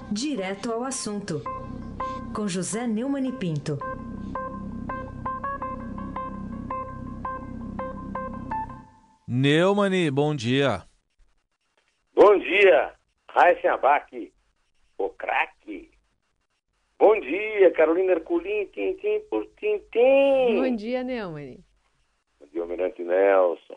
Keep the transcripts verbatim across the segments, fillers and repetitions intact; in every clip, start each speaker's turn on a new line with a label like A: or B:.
A: Direto ao assunto, com José Neumann e Pinto.
B: Neumann, bom dia.
C: Bom dia, Raíssen Abac, o craque. Bom dia, Carolina Herculin, tintim por tintim.
D: Bom dia, Neumann.
C: Bom dia, Almirante Nelson.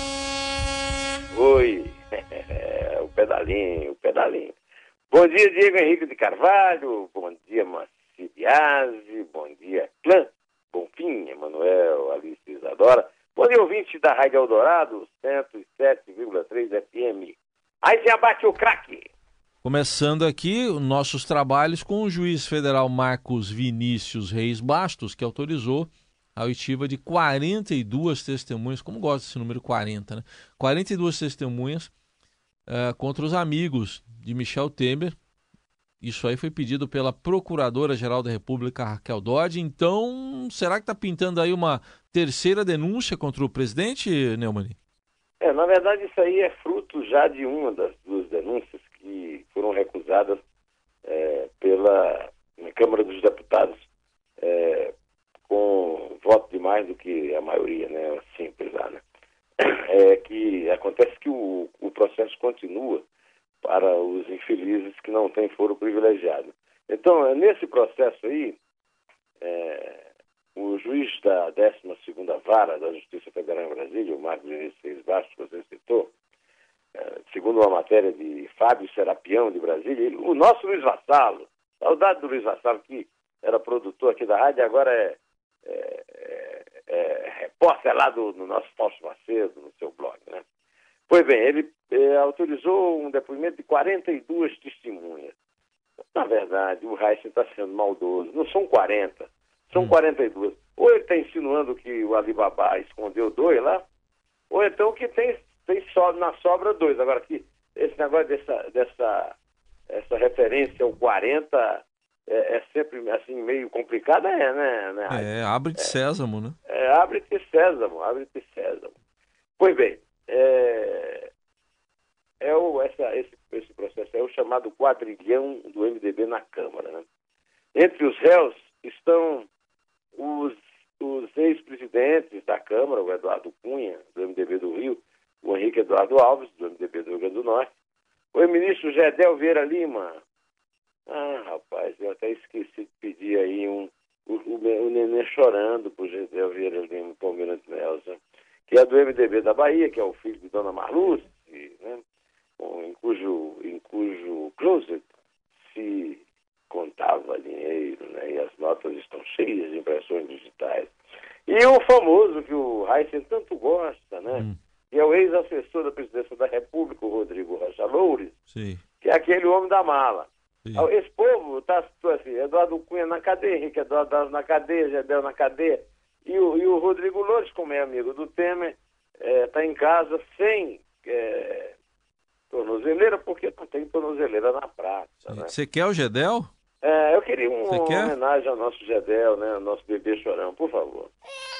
C: Oi, o pedalinho, o pedalinho. Bom dia, Diego Henrique de Carvalho. Bom dia, Maci Biasi. Bom dia, Clã. Bonfim, Emanuel, Alice Isadora. Bom dia, ouvinte da Rádio Eldorado, cento e sete vírgula três F M. Aí se abate o craque.
B: Começando aqui nossos trabalhos com o juiz federal Marcos Vinícius Reis Bastos, que autorizou a oitiva de quarenta e duas testemunhas, como gosta desse número quarenta, né? quarenta e duas testemunhas uh, contra os amigos de Michel Temer. Isso aí foi pedido pela Procuradora-Geral da República, Raquel Dodge. Então, será que está pintando aí uma terceira denúncia contra o presidente, Neumann?
C: É, na verdade, isso aí é fruto já de uma das duas denúncias que foram recusadas é, pela Câmara dos Deputados é, com voto de mais do que a maioria, né, simples lá, né? É que acontece que o, o processo continua para os infelizes que não têm foro privilegiado. Então, nesse processo aí, é, o juiz da décima segunda Vara da Justiça Federal em Brasília, o Marcos Vinícius Reis Bastos, que você citou, é, segundo uma matéria de Fábio Serapião, de Brasília, ele, o nosso Luiz Vassalo, saudade do Luiz Vassalo, que era produtor aqui da rádio, agora é, é, é, é repórter lá do, no nosso Fausto Macedo, no seu blog, né? Pois bem, ele é, autorizou um depoimento de quarenta e duas testemunhas. Na verdade, o Raíssen está sendo maldoso. Não são quarenta, são quarenta e duas. Ou ele está insinuando que o Alibaba escondeu dois lá, ou então que tem, tem so, na sobra dois. Agora, que esse negócio dessa, dessa essa referência ao quarenta é, é sempre assim meio complicado, é, né? né
B: é, abre-te sésamo, né?
C: É, é abre-te sésamo, abre-te sésamo. Pois bem, É, é o, essa, esse, esse processo é o chamado quadrilhão do M D B na Câmara, né? Entre os réus estão os, os ex-presidentes da Câmara, o Eduardo Cunha, do M D B do Rio, o Henrique Eduardo Alves, do M D B do Rio Grande do Norte, o ministro Gedel Vieira Lima. Ah, rapaz, eu até esqueci de pedir aí um, o, o, o neném chorando por Gedel Vieira Lima, o Almirante Nelson, que é do M D B da Bahia, que é o filho de Dona Marluce, né, em cujo, em cujo closet se contava dinheiro, né, e as notas estão cheias de impressões digitais. E o famoso que o Raíssen tanto gosta, né, hum. que é o ex-assessor da Presidência da República, o Rodrigo Rocha Loures,
B: Sim.
C: que é aquele homem da mala.
B: Sim.
C: Esse povo está assim, Eduardo Cunha na cadeia, Henrique Eduardo na cadeia, Gedel na cadeia. E o, e o Rodrigo Loures, como é amigo do Temer, está é, em casa sem é, tornozeleira, porque não tem tornozeleira na praça.
B: Você
C: né?
B: quer o Gedel?
C: É, eu queria um, uma
B: quer?
C: homenagem ao nosso Gedel, né, ao nosso bebê chorão, por favor.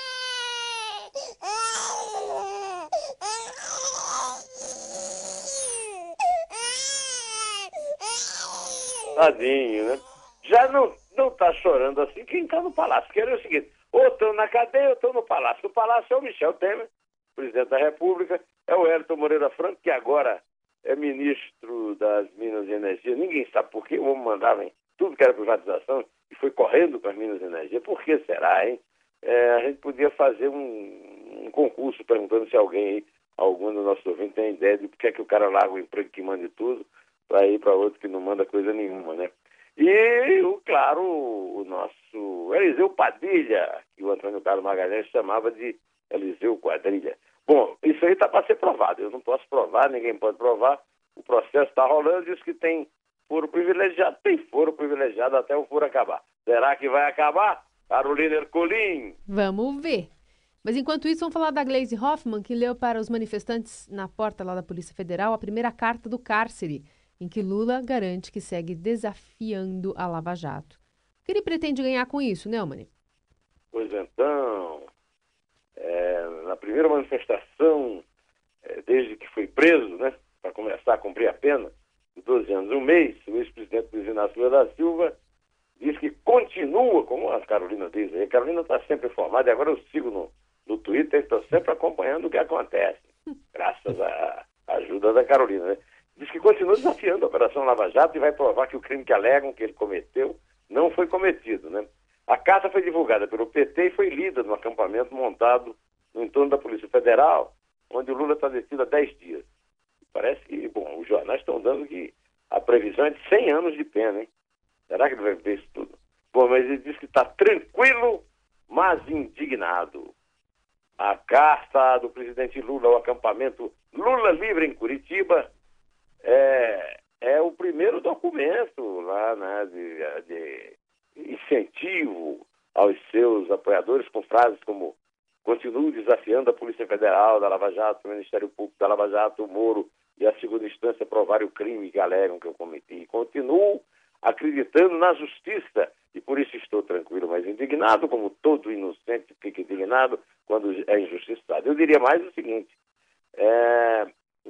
C: Tadinho, né? Já não não está chorando assim quem está no palácio. Quer dizer o seguinte, ou estão na cadeia ou estão no palácio. O palácio é o Michel Temer, presidente da República, é o Hélito Moreira Franco, que agora é ministro das Minas e Energia. Ninguém sabe por que o homem mandava em tudo que era privatização e foi correndo para as Minas e Energia. Por que será, hein? É, a gente podia fazer um, um concurso perguntando se alguém, algum dos nossos ouvintes tem ideia de por que é que o cara larga o emprego que manda tudo para ir para outro que não manda coisa nenhuma, né? E, o, claro, o nosso Eliseu Padilha, que o Antônio Carlos Magalhães chamava de Eliseu Quadrilha. Bom, isso aí está para ser provado. Eu não posso provar, ninguém pode provar. O processo está rolando e os que têm foro privilegiado, tem foro privilegiado até o foro acabar. Será que vai acabar? Carolina Herculin.
D: Vamos ver. Mas enquanto isso, vamos falar da Gleisi Hoffmann, que leu para os manifestantes na porta lá da Polícia Federal a primeira carta do cárcere, em que Lula garante que segue desafiando a Lava Jato. O que ele pretende ganhar com isso, Neumann?
C: Pois então, é, na primeira manifestação, é, desde que foi preso, né, para começar a cumprir a pena, doze anos e um mês, o ex-presidente Luiz Inácio Lula da Silva diz que continua, como a Carolina diz aí, a Carolina está sempre informada, e agora eu sigo no, no Twitter e estou sempre acompanhando o que acontece, graças à ajuda da Carolina, né? Diz que continua desafiando a Operação Lava Jato e vai provar que o crime que alegam que ele cometeu não foi cometido, né? A carta foi divulgada pelo P T e foi lida no acampamento montado no entorno da Polícia Federal, onde o Lula está detido há dez dias. Parece que, bom, os jornais estão dando que a previsão é de cem anos de pena, hein? Será que ele vai ver isso tudo? Bom, mas ele diz que está tranquilo, mas indignado. A carta do presidente Lula ao acampamento Lula Livre em Curitiba é, é o primeiro documento lá, né, de, de incentivo aos seus apoiadores com frases como: continuo desafiando a Polícia Federal, da Lava Jato, o Ministério Público da Lava Jato, o Moro e a segunda instância provarem o crime que alegam que eu cometi. Continuo acreditando na justiça e por isso estou tranquilo, mas indignado, como todo inocente fica indignado quando é injustiçado. Eu diria mais o seguinte, é,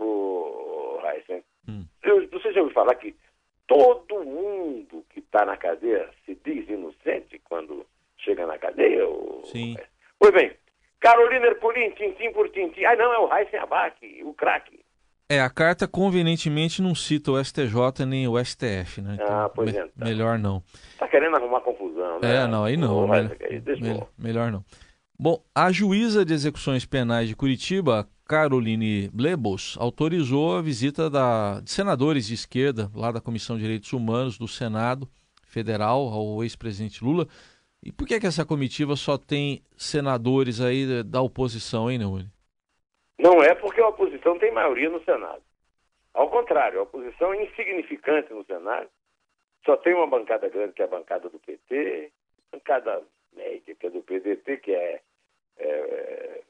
C: o Heisen,
B: hum.
C: eu, você já ouviu falar que todo mundo que está na cadeia se diz inocente quando chega na cadeia? Ou...
B: Sim.
C: Pois bem, Carolina Ercolim, tintim por tintim. Ah, não, é o Heisen Abac, o craque.
B: É, a carta convenientemente não cita o S T J nem o S T F, né? Então,
C: Ah, pois
B: me
C: então.
B: melhor não.
C: Tá querendo arrumar confusão, né?
B: É, não, aí não.
C: Oh,
B: me-
C: aí, deixa
B: me-
C: eu...
B: melhor não. Bom, a juíza de execuções penais de Curitiba, Caroline Blebos, autorizou a visita da, de senadores de esquerda, lá da Comissão de Direitos Humanos do Senado Federal, ao ex-presidente Lula. E por que que essa comitiva só tem senadores aí da oposição, hein, Neune?
C: Não é porque a oposição tem maioria no Senado. Ao contrário, a oposição é insignificante no Senado. Só tem uma bancada grande, que é a bancada do P T, bancada média, que é do P D T, que é, é, é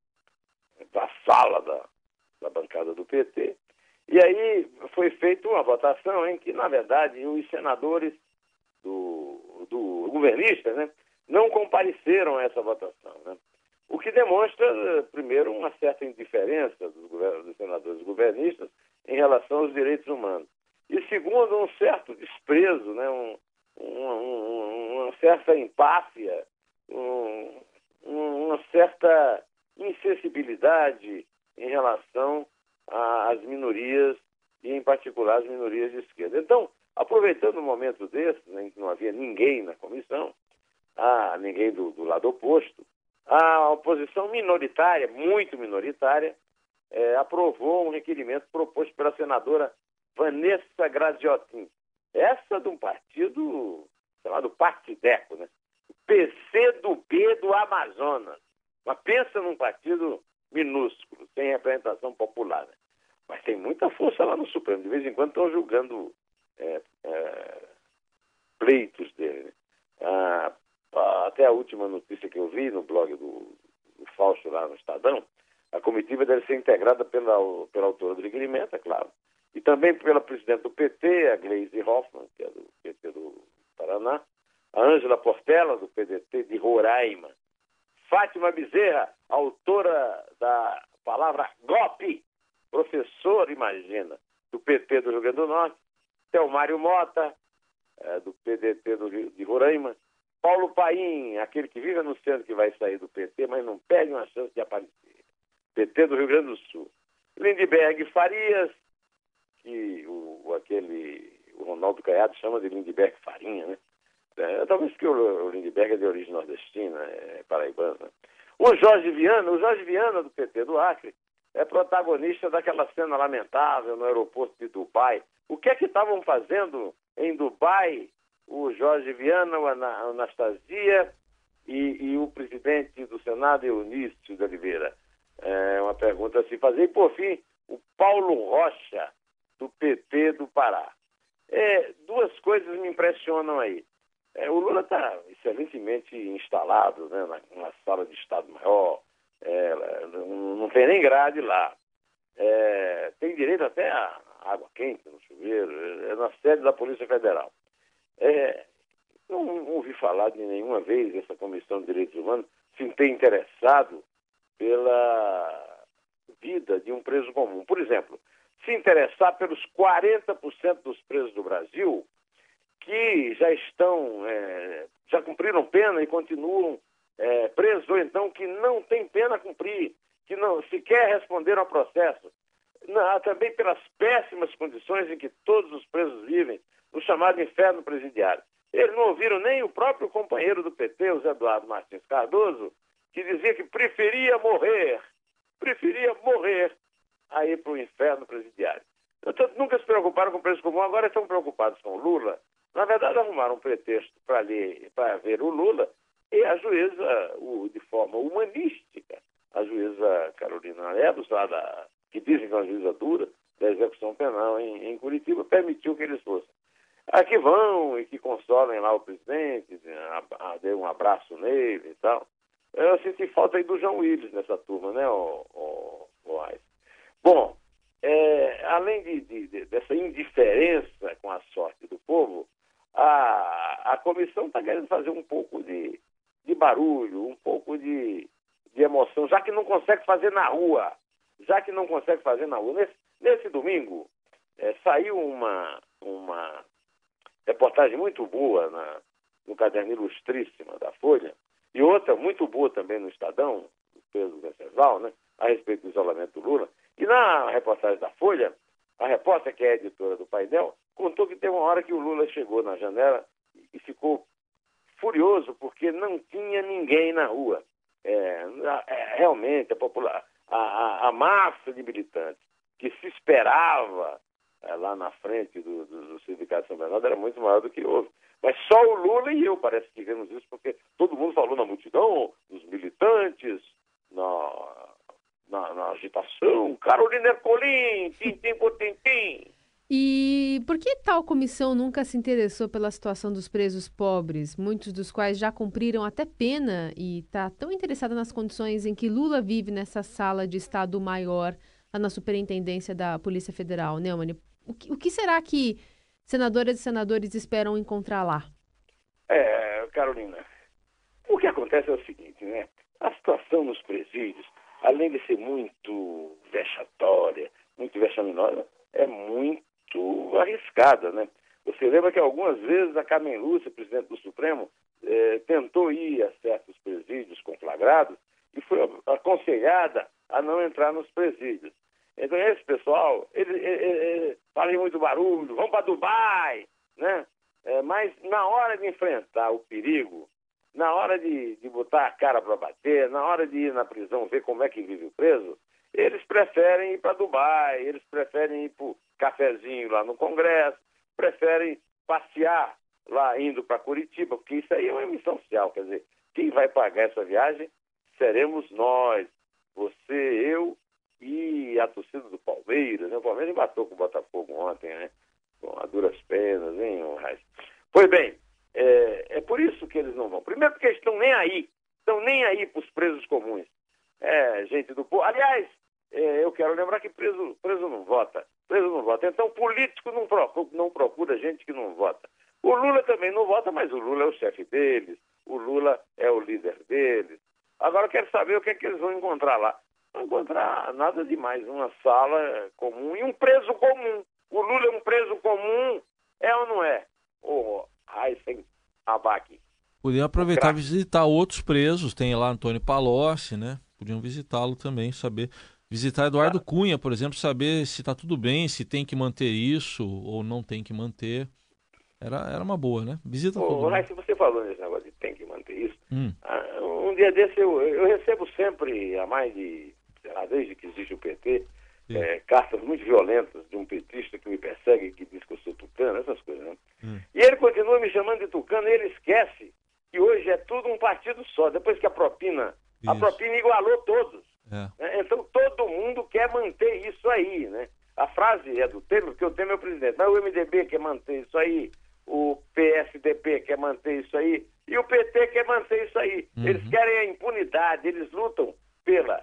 C: da sala da, da bancada do P T. E aí foi feita uma votação em que, na verdade, os senadores do, do governista, né, não compareceram a essa votação, né? O que demonstra, primeiro, uma certa indiferença dos, govern- dos senadores governistas em relação aos direitos humanos. E, segundo, um certo desprezo, né? um, um, um, uma certa empáfia, um, uma certa insensibilidade em relação às minorias e, em particular, as minorias de esquerda. Então, aproveitando um momento desse, em que não havia ninguém na comissão, ah, ninguém do, do lado oposto, a oposição minoritária, muito minoritária, eh, aprovou um requerimento proposto pela senadora Vanessa Graziotin. Essa de um partido chamado Partideco, né? O P C do B do Amazonas. Mas pensa num partido minúsculo, sem representação popular, né? Mas tem muita força lá no Supremo. De vez em quando estão julgando é, é, pleitos dele, né? Ah, até a última notícia que eu vi no blog do, do Fausto lá no Estadão, a comitiva deve ser integrada pela, pela autora do requerimento, é claro, e também pela presidente do P T, a Gleisi Hoffmann, que é do P T do Paraná, a Ângela Portela, do P D T de Roraima, Fátima Bezerra, autora da palavra golpe, professor, imagina, do P T do Rio Grande do Norte, Telmário Mota, é, do P D T do Rio, de Roraima, Paulo Paim, aquele que vive anunciando que vai sair do P T, mas não perde uma chance de aparecer. P T do Rio Grande do Sul. Lindbergh Farias, que o, aquele, o Ronaldo Caiado chama de Lindbergh Farinha, né? É, talvez porque o, o Lindbergh é de origem nordestina, é paraibana. O Jorge Viana, o Jorge Viana do P T do Acre, é protagonista daquela cena lamentável no aeroporto de Dubai. O que é que estavam fazendo em Dubai o Jorge Viana, o Ana, a Anastasia e, e o presidente do Senado, Eunício de Oliveira? É uma pergunta a se fazer. E, por fim, o Paulo Rocha, do P T do Pará. É, duas coisas me impressionam aí. É, o Lula está excelentemente instalado, né, na, na sala de Estado-Maior, é, não, não tem nem grade lá. É, tem direito até a água quente no chuveiro, é na sede da Polícia Federal. É, não ouvi falar de nenhuma vez essa Comissão de Direitos Humanos se ter interessado pela vida de um preso comum. Por exemplo, se interessar pelos quarenta por cento dos presos do Brasil que já estão, é, já cumpriram pena e continuam é, presos, ou então que não têm pena a cumprir, que não sequer responderam ao processo. Não, também pelas péssimas condições em que todos os presos vivem, no chamado inferno presidiário. Eles não ouviram nem o próprio companheiro do P T, o Zé Eduardo Martins Cardoso, que dizia que preferia morrer, preferia morrer a ir para o inferno presidiário. Portanto, nunca se preocuparam com o preso comum, agora estão preocupados com o Lula. Na verdade, arrumaram um pretexto para ler, para ver o Lula, e a juíza, o, de forma humanística, a juíza Carolina Lebos, lá da, que dizem que é uma juíza dura, da execução penal em, em Curitiba, permitiu que eles fossem. Aqui vão e que consolem lá o presidente, dê um abraço nele e tal. Eu senti falta aí do João Willis nessa turma, né, o, o, o Ais. Bom, é, além de, de, de, dessa indiferença com a sorte do povo, a, a comissão está querendo fazer um pouco de, de barulho, um pouco de, de emoção, já que não consegue fazer na rua, já que não consegue fazer na rua. Nesse, nesse domingo, é, saiu uma, uma reportagem muito boa na, no caderno Ilustríssima da Folha, e outra muito boa também no Estadão, do Pedro Venceslau, né, a respeito do isolamento do Lula. E na reportagem da Folha, a repórter, que é a editora do painel, contou que teve uma hora que o Lula chegou na janela e ficou furioso porque não tinha ninguém na rua. É, é, realmente, a, popular, a, a, a massa de militantes que se esperava é, lá na frente do, do, do Sindicato de São Bernardo era muito maior do que houve. Mas só o Lula e eu parece que vemos isso, porque todo mundo falou na multidão, nos militantes, na... Na, na agitação, Carolina Ercolim, tintim por tintim.
D: E por que tal comissão nunca se interessou pela situação dos presos pobres, muitos dos quais já cumpriram até pena, e está tão interessada nas condições em que Lula vive nessa sala de Estado Maior, lá na Superintendência da Polícia Federal, Neumann? O que, o que será que senadoras e senadores esperam encontrar lá?
C: É, Carolina, o que acontece é o seguinte, né? A situação nos presídios, além de ser muito vexatória, muito vexaminosa, é muito arriscada, né? Você lembra que algumas vezes a Carmen Lúcia, presidente do Supremo, eh, tentou ir a certos presídios conflagrados e foi aconselhada a não entrar nos presídios. Então esse pessoal, eles, eles, eles fazem muito barulho, vão para Dubai, né? É, mas na hora de enfrentar o perigo, na hora de, de botar a cara para bater, na hora de ir na prisão ver como é que vive o preso, eles preferem ir para Dubai, eles preferem ir para o cafezinho lá no Congresso, preferem passear lá indo para Curitiba, porque isso aí é uma missão social, quer dizer, quem vai pagar essa viagem seremos nós, você, eu e a torcida do Palmeiras, né? O Palmeiras empatou com o Botafogo ontem, né? Com a duras penas, hein, Raiz? Pois bem, É, é por isso que eles não vão. Primeiro porque eles estão nem aí, estão nem aí para os presos comuns. É, gente do povo. Aliás, é, eu quero lembrar que preso, preso não vota. Preso não vota. Então, político não procura, não procura gente que não vota. O Lula também não vota, mas o Lula é o chefe deles, o Lula é o líder deles. Agora eu quero saber o que é que eles vão encontrar lá. Não encontrar nada demais, uma sala comum e um preso comum. O Lula é um preso comum, é ou não é? Oh, Aysen Abac.
B: Podiam aproveitar e visitar outros presos, tem lá Antônio Palocci, né? Podiam visitá-lo também, saber. Visitar Eduardo claro. Cunha, por exemplo, saber se está tudo bem, se tem que manter isso ou não tem que manter. Era, era uma boa, né? Visita todo mundo.
C: Mas se você falou nesse negócio de tem que manter isso,
B: hum.
C: um dia desse eu, eu recebo sempre, há mais de, sei lá, desde que existe o P T, é, cartas muito violentas de um petista que me persegue, que diz que eu sou tucano, essas coisas, né? Hum. E ele continua me chamando de tucano e ele esquece que hoje é tudo um partido só, depois que a propina, isso. a propina igualou todos. É. Né? Então todo mundo quer manter isso aí, né? A frase é do Temer, porque o Temer é o presidente, mas o M D B quer manter isso aí, o P S D B quer manter isso aí, e o P T quer manter isso aí. Uhum. Eles querem a impunidade, eles lutam pela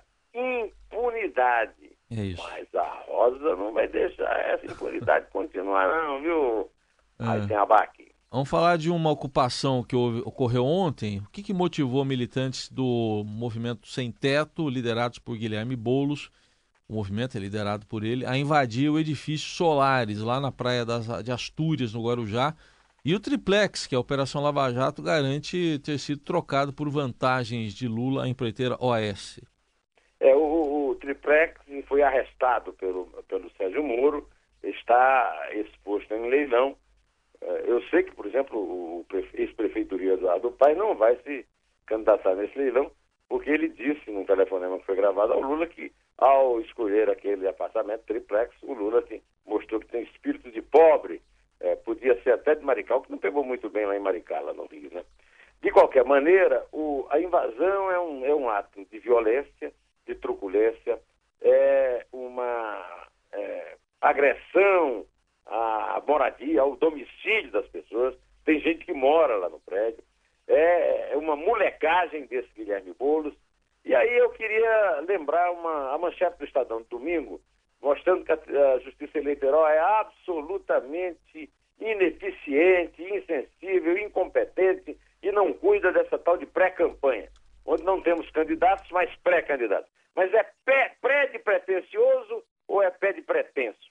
C: impunidade.
B: É isso.
C: Mas a Rosa não vai deixar essa impunidade continuar não, viu? É. Aí tem a Baque.
B: Vamos falar de uma ocupação que ocorreu ontem. O que, que motivou militantes do movimento Sem Teto, liderados por Guilherme Boulos, o movimento é liderado por ele, a invadir o edifício Solares, lá na praia das, de Astúrias, no Guarujá. E o triplex, que a Operação Lava Jato garante ter sido trocado por vantagens de Lula à empreiteira O A S.
C: É, o, o triplex foi arrestado pelo, pelo Sérgio Moro, está exposto em leilão. Eu sei que, por exemplo, o ex-prefeito Rio Eduardo Paes não vai se candidatar nesse leilão, porque ele disse num telefonema que foi gravado ao Lula que, ao escolher aquele apartamento triplex, o Lula assim, mostrou que tem espírito de pobre, é, podia ser até de Maricá, o que não pegou muito bem lá em Maricá, lá no Rio, né? De qualquer maneira, o, a invasão é um, é um ato de violência, de truculência, é uma é, agressão à moradia, ao domicílio das pessoas. Tem gente que mora lá no prédio. É, é uma molecagem desse Guilherme Boulos. E aí eu queria lembrar uma, a manchete do Estadão de domingo, mostrando que a, a Justiça Eleitoral é absolutamente ineficiente, insensível, incompetente e não cuida dessa tal de pré-campanha, onde não temos candidatos, mas pré-candidatos. Mas é pé, pré de pretensioso ou é pé de pretenso?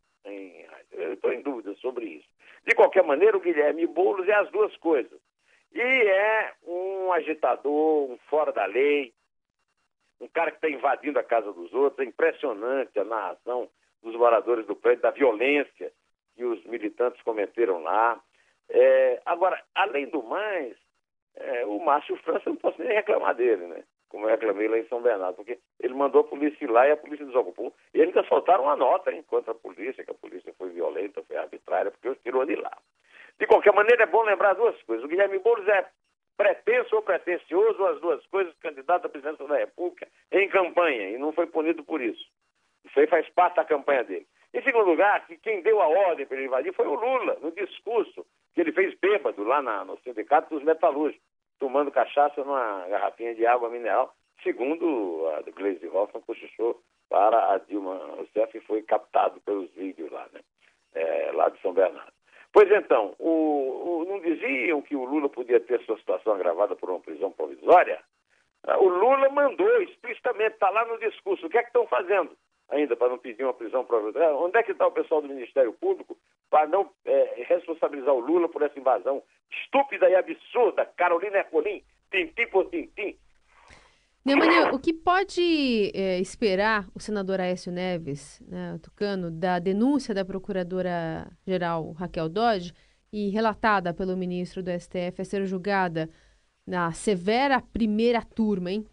C: Eu estou em dúvida sobre isso. De qualquer maneira, o Guilherme Boulos é as duas coisas. E é um agitador, um fora da lei, um cara que está invadindo a casa dos outros. É impressionante a narração dos moradores do prédio, da violência que os militantes cometeram lá. É, agora, além do mais, é, o Márcio França, não posso nem reclamar dele, né? Como eu reclamei lá em São Bernardo, porque ele mandou a polícia ir lá e a polícia desocupou. E eles ainda soltaram uma nota, hein, contra a polícia, que a polícia foi violenta, foi arbitrária, porque os tirou de lá. De qualquer maneira, é bom lembrar duas coisas. O Guilherme Boulos é pretenso ou pretencioso, ou as duas coisas, candidato à presidência da República em campanha, e não foi punido por isso. Isso aí faz parte da campanha dele. Em segundo lugar, que quem deu a ordem para ele invadir foi o Lula, no discurso que ele fez bêbado lá na, no Sindicato dos Metalúrgicos, tomando cachaça numa garrafinha de água mineral, segundo a Gleisi Hoffmann cochichou para a Dilma Rousseff e foi captado pelos vídeos lá, né? É, lá de São Bernardo. Pois então, o, o, não diziam que o Lula podia ter sua situação agravada por uma prisão provisória? O Lula mandou explicitamente, está lá no discurso. O que é que estão fazendo ainda para não pedir uma prisão provisória? Onde é que está o pessoal do Ministério Público para não é, responsabilizar o Lula por essa invasão estúpida e absurda? Carolina Ercolim, tintim por tintim.
D: Neumann, o que pode é, esperar o senador Aécio Neves, né, o tucano, da denúncia da procuradora-geral Raquel Dodge e relatada pelo ministro do S T F a ser julgada na severa primeira turma, hein?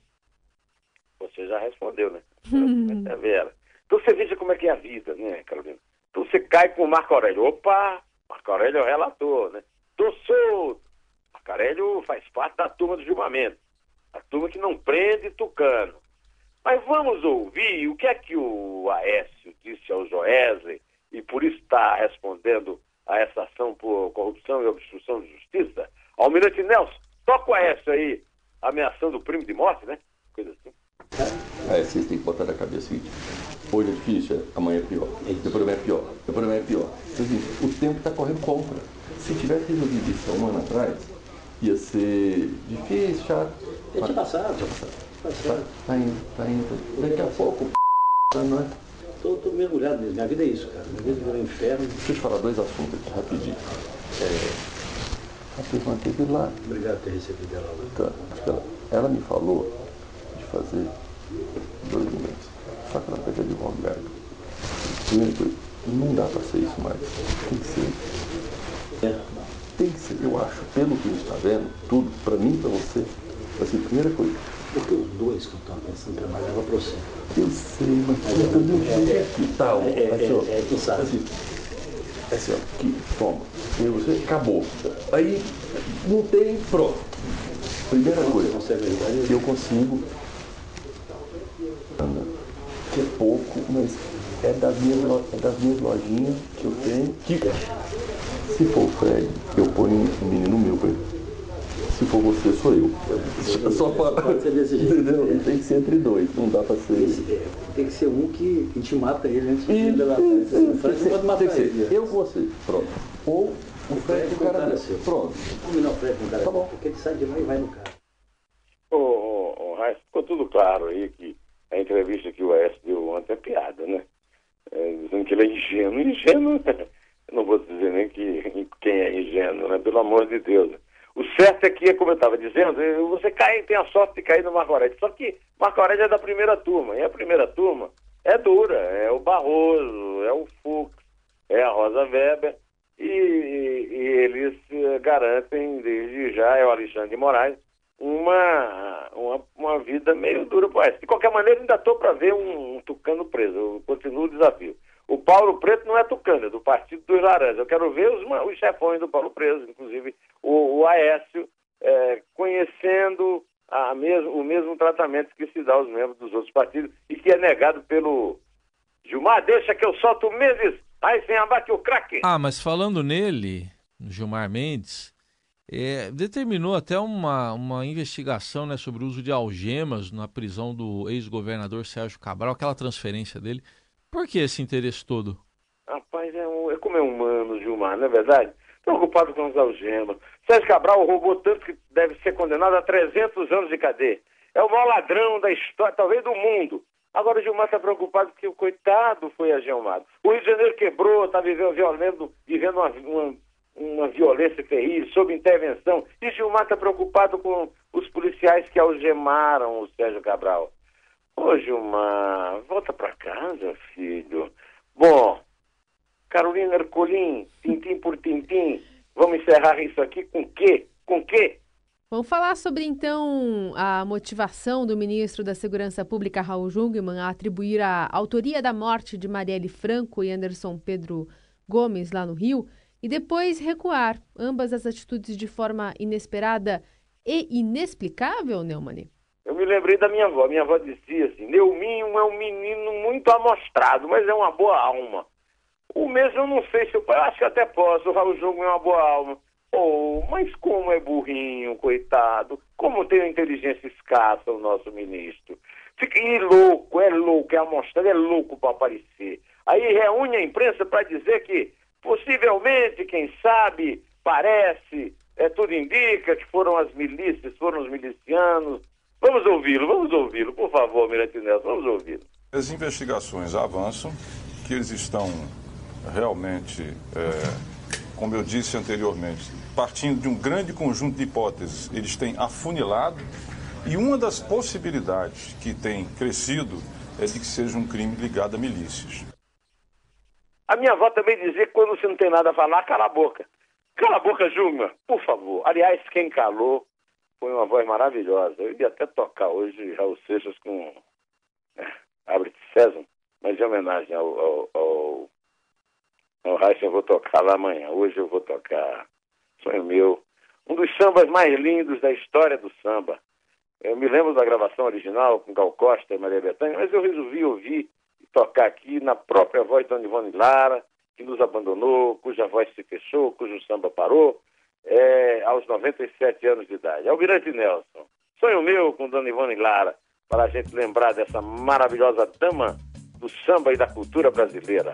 C: Você já respondeu, né? Severa. Então você veja como é que é a vida, né, Carolina? Então você cai com o Marco Aurélio. Opa, Marco Aurélio é o relator, né? Tô solto. Marco Aurélio faz parte da turma do julgamento. A turma que não prende tucano. Mas vamos ouvir o que é que o Aécio disse ao Joesley e por isso está respondendo a essa ação por corrupção e obstrução de justiça. Almirante Nelson, toca o Aécio aí, ameaçando o primo de morte, né? Coisa assim.
E: Aí vocês têm que botar na cabeça o seguinte: hoje é difícil, amanhã é pior, depois amanhã é pior, depois amanhã é pior. Então, assim, o tempo está correndo contra. Se tivesse resolvido isso há um ano atrás, ia ser difícil, chato.
F: Eu tinha passado.
E: Tinha passado. Passado. Tá, tá indo, tá indo. Daqui a pouco, tá, não é?
F: Tô, tô mergulhado mesmo. Minha vida é isso, cara. Minha vida é um inferno.
E: Deixa eu te falar dois assuntos aqui, rapidinho. É, a pessoa teve lá.
F: Obrigado por ter recebido ela lá.
E: Tá, ela, ela me falou de fazer dois minutos. Só que ela pega de advogado. Primeira coisa, não dá pra ser isso mais. Tem que ser.
F: É.
E: Tem que ser, eu acho, pelo que a gente está vendo, tudo, para mim e para você, vai ser a primeira coisa.
F: Porque os dois que estão pensando em trabalhar para você.
E: Eu sei, mas eu também sei que tal.
F: É, é, assim, é, é, quem sabe.
E: Assim, assim, ó, que, toma, eu e você, acabou. Aí, não tem, pronto. Primeira coisa, eu consigo, que é pouco, mas é das minhas, é das minhas lojinhas que eu tenho, que... Se for o Fred, eu ponho um menino meu pra ele. Se for você, sou eu. Só para...
F: Pode ser desse jeito.
E: Entendeu? É. Tem que ser entre dois, não dá pra ser...
F: Esse, é, tem que ser um que a gente mata ele antes de
E: ele
F: delatar. O Fred não pode matar
E: tem que
F: ele.
E: ser eu com você, pronto. Ou o Fred com o cara desse. Pronto.
F: Combinar o Fred com o cara.
E: Tá bom.
F: Porque ele sai de lá e vai no cara.
C: Ô, ô, ô, Raíssa, ficou tudo claro aí que a entrevista que o Aécio deu ontem é piada, né? É, dizendo que ele é ingênuo. Ingênuo, eu não vou dizer nem que, quem é ingênuo, né? Pelo amor de Deus. O certo é que, como eu estava dizendo, você cai, tem a sorte de cair no Marco Aurélio. Só que Marco Aurélio é da primeira turma, e a primeira turma é dura, é o Barroso, é o Fux, é a Rosa Weber, e, e, e eles garantem, desde já, é o Alexandre de Moraes, uma, uma, uma vida meio dura para essa. De qualquer maneira, ainda estou para ver um, um tucano preso, eu continuo o desafio. O Paulo Preto não é tucano, é do Partido dos Laranjas. Eu quero ver os, os chefões do Paulo Preso, inclusive o, o Aécio, é, conhecendo a mesmo, o mesmo tratamento que se dá aos membros dos outros partidos e que é negado pelo Gilmar. Deixa que eu solto o Mendes, aí sem abate o craque.
B: Ah, mas falando nele, Gilmar Mendes, é, determinou até uma, uma investigação, né, sobre o uso de algemas na prisão do ex-governador Sérgio Cabral, aquela transferência dele. Por que esse interesse todo?
C: Rapaz, é, um, é como é humano, Gilmar, não é verdade? Preocupado com as algemas. Sérgio Cabral roubou tanto que deve ser condenado a trezentos anos de cadeia. É o maior ladrão da história, talvez do mundo. Agora o Gilmar está preocupado porque o coitado foi algemado. O Rio de Janeiro quebrou, está vivendo, violendo, vivendo uma, uma, uma violência terrível, sob intervenção. E Gilmar está preocupado com os policiais que algemaram o Sérgio Cabral. Ô, Gilmar, volta para casa, filho. Bom, Carolina Ercolim, tintim por tintim, vamos encerrar isso aqui com quê? Com quê?
D: Vamos falar sobre, então, a motivação do ministro da Segurança Pública, Raul Jungmann, a atribuir a autoria da morte de Marielle Franco e Anderson Pedro Gomes, lá no Rio, e depois recuar ambas as atitudes de forma inesperada e inexplicável, Neumann?
C: Eu me lembrei da minha avó. Minha avó dizia assim, Neuminho é um menino muito amostrado, mas é uma boa alma. O mesmo eu não sei se eu, eu acho que até posso, o Raul Jungmann é uma boa alma. Oh, mas como é burrinho, coitado. Como tem uma inteligência escassa o nosso ministro. Fica e louco, é louco, é amostrado, é louco para aparecer. Aí reúne a imprensa para dizer que possivelmente, quem sabe, parece, é, tudo indica que foram as milícias, foram os milicianos. Vamos ouvi-lo, vamos ouvi-lo, por favor, Almirante Nelson, vamos ouvi-lo.
G: As investigações avançam, que eles estão realmente, é, como eu disse anteriormente, partindo de um grande conjunto de hipóteses, eles têm afunilado, e uma das possibilidades que tem crescido é de que seja um crime ligado a milícias.
C: A minha avó também dizia que quando você não tem nada a falar, cala a boca. Cala a boca, Jungmann, por favor. Aliás, quem calou foi uma voz maravilhosa. Eu ia até tocar hoje Raul Seixas com é, Abre-te César, mas em homenagem ao, ao, ao, ao Raíssa, eu vou tocar lá amanhã. Hoje eu vou tocar Sonho Meu, um dos sambas mais lindos da história do samba. Eu me lembro da gravação original com Gal Costa e Maria Bethânia, mas eu resolvi ouvir e tocar aqui na própria voz de Dona Ivone Lara, que nos abandonou, cuja voz se fechou, cujo samba parou, é, aos noventa e sete anos de idade. Almirante Nelson, Sonho Meu com Dona Ivone Lara, para a gente lembrar dessa maravilhosa dama do samba e da cultura brasileira.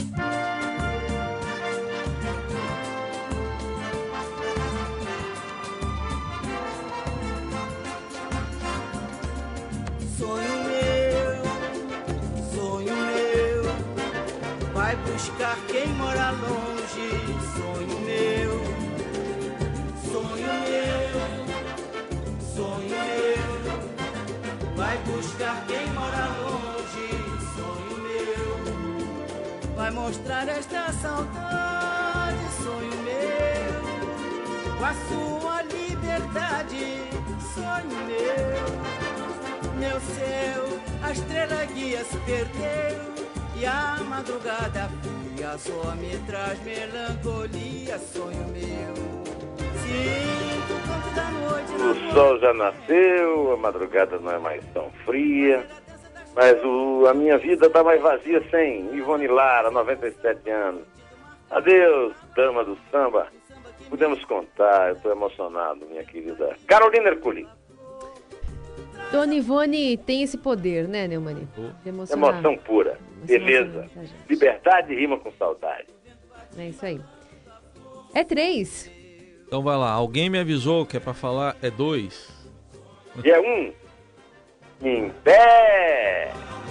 H: Sonho meu, sonho meu, vai buscar quem mora longe. Sonho meu, sonho meu, sonho meu, vai buscar quem mora longe. Sonho meu, vai mostrar esta saudade. Sonho meu, com a sua liberdade. Sonho meu, meu céu, a estrela guia se perdeu e a madrugada fria só me traz melancolia. Sonho meu, sinto o canto da noite.
C: O sol já nasceu, a madrugada não é mais tão fria, mas o, a minha vida está mais vazia sem Ivone Lara, noventa e sete anos. Adeus, dama do samba. Podemos contar, eu estou emocionado, minha querida Carolina Ercolim.
D: Dona Ivone tem esse poder, né, Neumann? De emocionar.
C: Emoção pura, beleza. Liberdade rima com saudade.
D: É isso aí. É três.
B: Então vai lá, alguém me avisou que é pra falar é dois.
C: E é um. Em pé!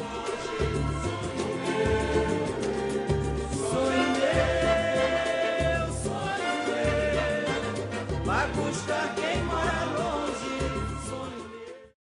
H: Sonho meu, sonho meu, vai buscar quem mora longe.